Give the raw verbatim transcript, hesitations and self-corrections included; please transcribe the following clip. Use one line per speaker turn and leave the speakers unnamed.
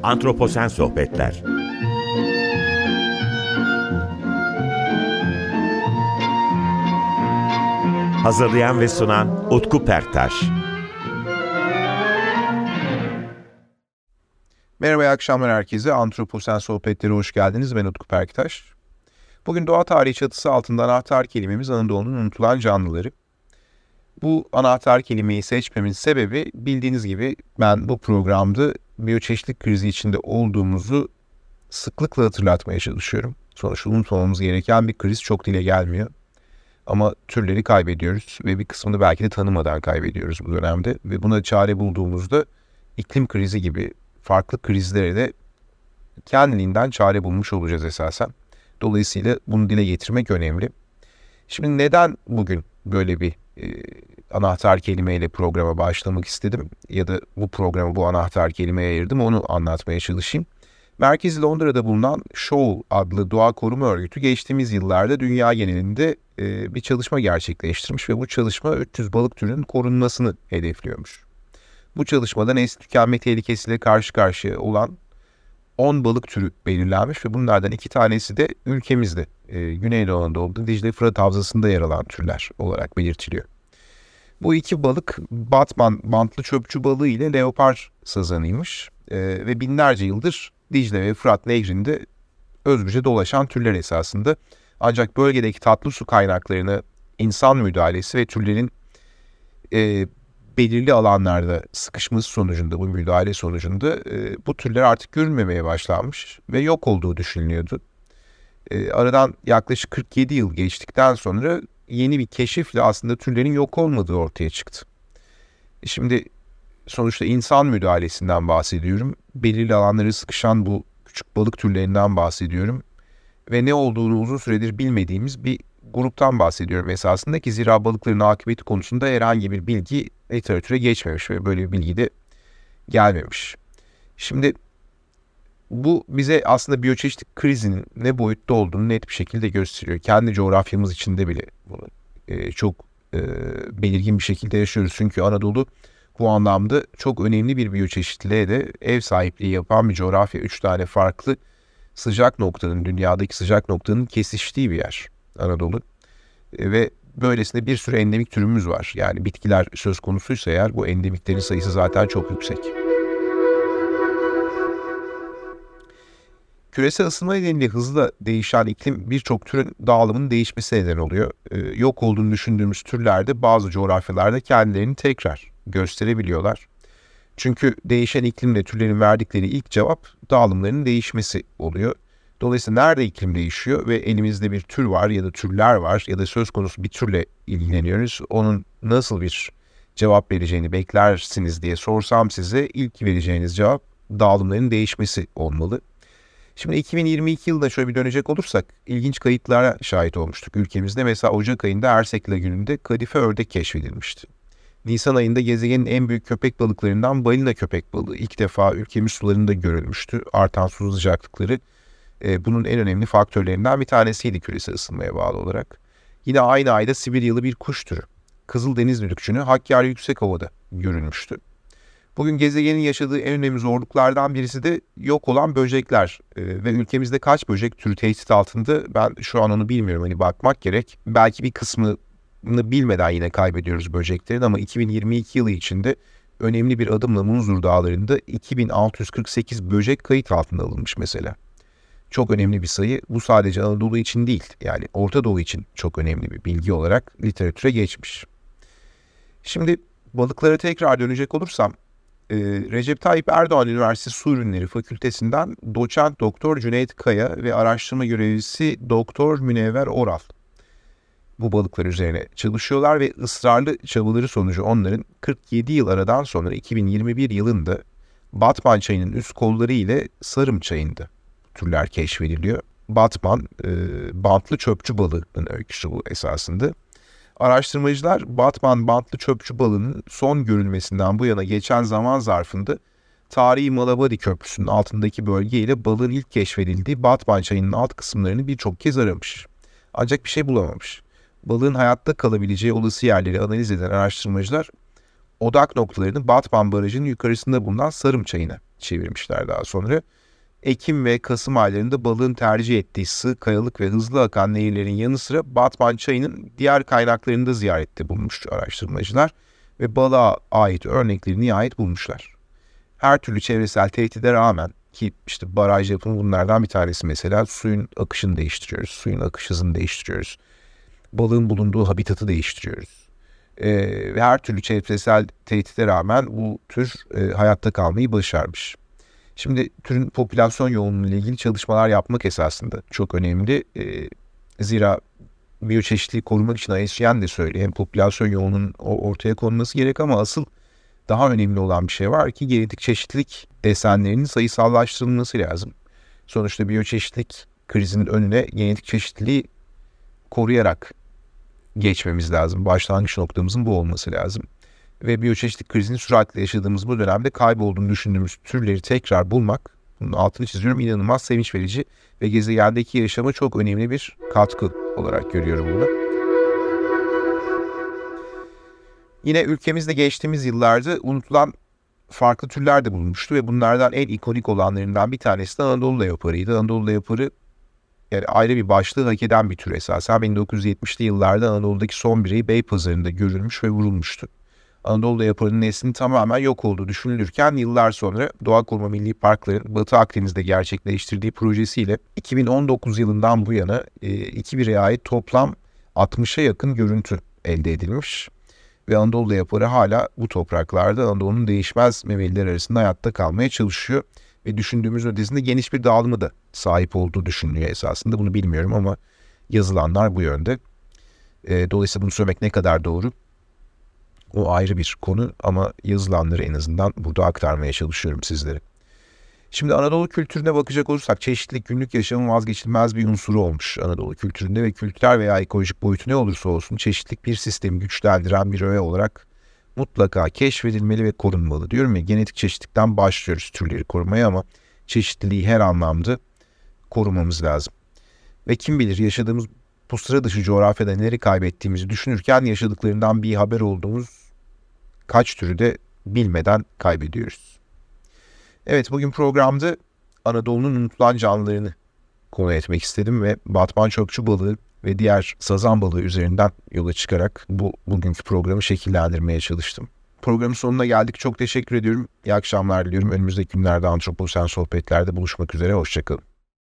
Antroposen Sohbetler. Hazırlayan ve sunan Utku Perktaş.
Merhaba, iyi akşamlar herkese. Antroposen Sohbetleri hoş geldiniz. Ben Utku Perktaş. Bugün doğa tarihi çatısı altında anahtar kelimemiz Anadolu'nun unutulan canlıları. Bu anahtar kelimeyi seçmemin sebebi, bildiğiniz gibi ben bu programda biyoçeşitlilik krizi içinde olduğumuzu sıklıkla hatırlatmaya çalışıyorum. Sonuçta unutmamamız gereken bir kriz, çok dile gelmiyor. Ama türleri kaybediyoruz ve bir kısmını belki de tanımadan kaybediyoruz bu dönemde. Ve buna çare bulduğumuzda iklim krizi gibi farklı krizlere de kendiliğinden çare bulmuş olacağız esasen. Dolayısıyla bunu dile getirmek önemli. Şimdi neden bugün böyle bir e, anahtar kelimeyle programa başlamak istedim ya da bu programı bu anahtar kelimeye ayırdım, onu anlatmaya çalışayım. Merkezi Londra'da bulunan Shoal adlı doğa koruma örgütü geçtiğimiz yıllarda dünya genelinde e, bir çalışma gerçekleştirmiş ve bu çalışma üç yüz balık türünün korunmasını hedefliyormuş. Bu çalışmada nesli tükenme tehlikesiyle karşı karşıya olan on balık türü belirlenmiş ve bunlardan iki tanesi de ülkemizde e, Güneydoğu Anadolu'da Dicle Fırat Havzası'nda yer alan türler olarak belirtiliyor. Bu iki balık Batman bantlı çöpçü balığı ile leopar sazanıymış e, ve binlerce yıldır Dicle ve Fırat Nehri'nde özgürce dolaşan türler esasında. Ancak bölgedeki tatlı su kaynaklarına insan müdahalesi ve türlerin e, belirli alanlarda sıkışması sonucunda, bu müdahale sonucunda e, bu türler artık görülmemeye başlanmış ve yok olduğu düşünülüyordu. E, aradan yaklaşık kırk yedi yıl geçtikten sonra yeni bir keşifle aslında türlerin yok olmadığı ortaya çıktı. E, şimdi sonuçta insan müdahalesinden bahsediyorum. Belirli alanlara sıkışan bu küçük balık türlerinden bahsediyorum. Ve ne olduğunu uzun süredir bilmediğimiz bir gruptan bahsediyorum esasında ki zira balıkların akıbeti konusunda herhangi bir bilgi literatüre geçmemiş ve böyle bir bilgi de gelmemiş. Şimdi bu bize aslında biyoçeşitlilik krizinin ne boyutta olduğunu net bir şekilde gösteriyor. Kendi coğrafyamız içinde bile bunu e, çok e, belirgin bir şekilde yaşıyoruz. Çünkü Anadolu bu anlamda çok önemli bir biyoçeşitliliğe de ev sahipliği yapan bir coğrafya. Üç tane farklı sıcak noktanın, dünyadaki sıcak noktanın kesiştiği bir yer Anadolu. E, ve böylesine bir sürü endemik türümüz var. Yani bitkiler söz konusuysa eğer bu endemiklerin sayısı zaten çok yüksek. Küresel ısınma nedeniyle hızla değişen iklim birçok türün dağılımının değişmesi neden oluyor. Ee, yok olduğunu düşündüğümüz türler de bazı coğrafyalarda kendilerini tekrar gösterebiliyorlar. Çünkü değişen iklimle türlerin verdikleri ilk cevap dağılımlarının değişmesi oluyor. Dolayısıyla nerede iklim değişiyor ve elimizde bir tür var ya da türler var ya da söz konusu bir türle ilgileniyoruz, onun nasıl bir cevap vereceğini beklersiniz diye sorsam size ilk vereceğiniz cevap dağılımların değişmesi olmalı. Şimdi iki bin yirmi iki yılında şöyle bir dönecek olursak ilginç kayıtlara şahit olmuştuk ülkemizde. Mesela Ocak ayında Ersek Lagünü'nde kadife ördek keşfedilmişti. Nisan ayında gezegenin en büyük köpek balıklarından balina köpek balığı ilk defa ülkemiz sularında görülmüştü. Artan su sıcaklıkları e, bunun en önemli faktörlerinden bir tanesiydi küresel ısınmaya bağlı olarak. Yine aynı ayda Sibiryalı bir kuş türü Kızıldeniz lülükçünü Hakkari Yüksekova'da görülmüştü. Bugün gezegenin yaşadığı en önemli zorluklardan birisi de yok olan böcekler. Ee, ve ülkemizde kaç böcek türü tehdit altında ben şu an onu bilmiyorum. Hani bakmak gerek. Belki bir kısmını bilmeden yine kaybediyoruz böceklerin ama iki bin yirmi iki yılı içinde önemli bir adımla Munzur Dağları'nda iki bin altı yüz kırk sekiz böcek kayıt altına alınmış mesela. Çok önemli bir sayı. Bu sadece Anadolu için değil, yani Orta Doğu için çok önemli bir bilgi olarak literatüre geçmiş. Şimdi balıklara tekrar dönecek olursam, Ee, Recep Tayyip Erdoğan Üniversitesi Su Ürünleri Fakültesinden doçent doktor Cüneyt Kaya ve araştırma görevlisi doktor Münevver Oral bu balıklar üzerine çalışıyorlar ve ısrarlı çabaları sonucu onların kırk yedi yıl aradan sonra iki bin yirmi bir yılında Batman çayının üst kolları ile Sarım çayında türler keşfediliyor. Batman e, bantlı çöpçü balığının öyküsü bu esasında. Araştırmacılar Batman bantlı çöpçü balığının son görülmesinden bu yana geçen zaman zarfında tarihi Malabadi Köprüsü'nün altındaki bölge ile balığın ilk keşfedildiği Batman çayının alt kısımlarını birçok kez aramış. Ancak bir şey bulamamış. Balığın hayatta kalabileceği olası yerleri analiz eden araştırmacılar odak noktalarını Batman Barajı'nın yukarısında bulunan Sarım Çayı'na çevirmişler daha sonra. Ekim ve Kasım aylarında balığın tercih ettiği sığ, kayalık ve hızlı akan nehirlerin yanı sıra Batman Çayı'nın diğer kaynaklarını da ziyarette bulmuş araştırmacılar ve balığa ait örnekleri nihayet bulmuşlar. Her türlü çevresel tehdide rağmen, ki işte baraj yapımı bunlardan bir tanesi, mesela suyun akışını değiştiriyoruz, suyun akış hızını değiştiriyoruz, balığın bulunduğu habitatı değiştiriyoruz. Ee, ve her türlü çevresel tehdide rağmen bu tür e, hayatta kalmayı başarmış. Şimdi türün popülasyon yoğunluğu ile ilgili çalışmalar yapmak esasında çok önemli. E, zira biyoçeşitliliği korumak için I S G N de söylüyor. Hem popülasyon yoğunluğunun ortaya konması gerek ama asıl daha önemli olan bir şey var ki genetik çeşitlilik desenlerinin sayısallaştırılması lazım. Sonuçta biyoçeşitlilik krizinin önüne genetik çeşitliliği koruyarak geçmemiz lazım. Başlangıç noktamızın bu olması lazım. Ve biyoçeşitlilik krizini süratle yaşadığımız bu dönemde kaybolduğunu düşündüğümüz türleri tekrar bulmak, bunun altını çiziyorum, inanılmaz sevinç verici ve gezegendeki yaşama çok önemli bir katkı olarak görüyorum bunu. Yine ülkemizde geçtiğimiz yıllarda unutulan farklı türler de bulunmuştu ve bunlardan en ikonik olanlarından bir tanesi de Anadolu leoparıydı. Anadolu leoparı yani ayrı bir başlığı hak eden bir tür esasen. bin dokuz yüz yetmişli yıllarda Anadolu'daki son bireyi Beypazarı'nda görülmüş ve vurulmuştu. Anadolu leoparının neslinin tamamen yok olduğu düşünülürken yıllar sonra Doğa Koruma Milli Parkları'nın Batı Akdeniz'de gerçekleştirdiği projesiyle iki bin on dokuz yılından bu yana iki bireye ait toplam altmışa yakın görüntü elde edilmiş. Ve Anadolu leoparı hala bu topraklarda Anadolu'nun değişmez memeliler arasında hayatta kalmaya çalışıyor. Ve düşündüğümüz ötesinde geniş bir dağılımı da sahip olduğu düşünülüyor esasında. Bunu bilmiyorum ama yazılanlar bu yönde. E, dolayısıyla bunu söylemek ne kadar doğru? O ayrı bir konu ama yazılanları en azından burada aktarmaya çalışıyorum sizlere. Şimdi Anadolu kültürüne bakacak olursak çeşitlilik günlük yaşamın vazgeçilmez bir unsuru olmuş Anadolu kültüründe ve kültürel veya ekolojik boyutu ne olursa olsun çeşitlilik bir sistemi güçlendiren bir öğe olarak mutlaka keşfedilmeli ve korunmalı. Diyorum ya, genetik çeşitlilikten başlıyoruz türleri korumaya ama çeşitliliği her anlamda korumamız lazım. Ve kim bilir yaşadığımız bu sıra dışı coğrafyada neleri kaybettiğimizi düşünürken yaşadıklarından bir haber olduğumuz kaç türü de bilmeden kaybediyoruz. Evet, bugün programda Anadolu'nun unutulan canlılarını konu etmek istedim ve Batman çöpçü balığı ve diğer sazan balığı üzerinden yola çıkarak bu bugünkü programı şekillendirmeye çalıştım. Programın sonuna geldik. Çok teşekkür ediyorum. İyi akşamlar diliyorum. Önümüzdeki günlerde Antroposen Sohbetler'de buluşmak üzere. Hoşçakalın.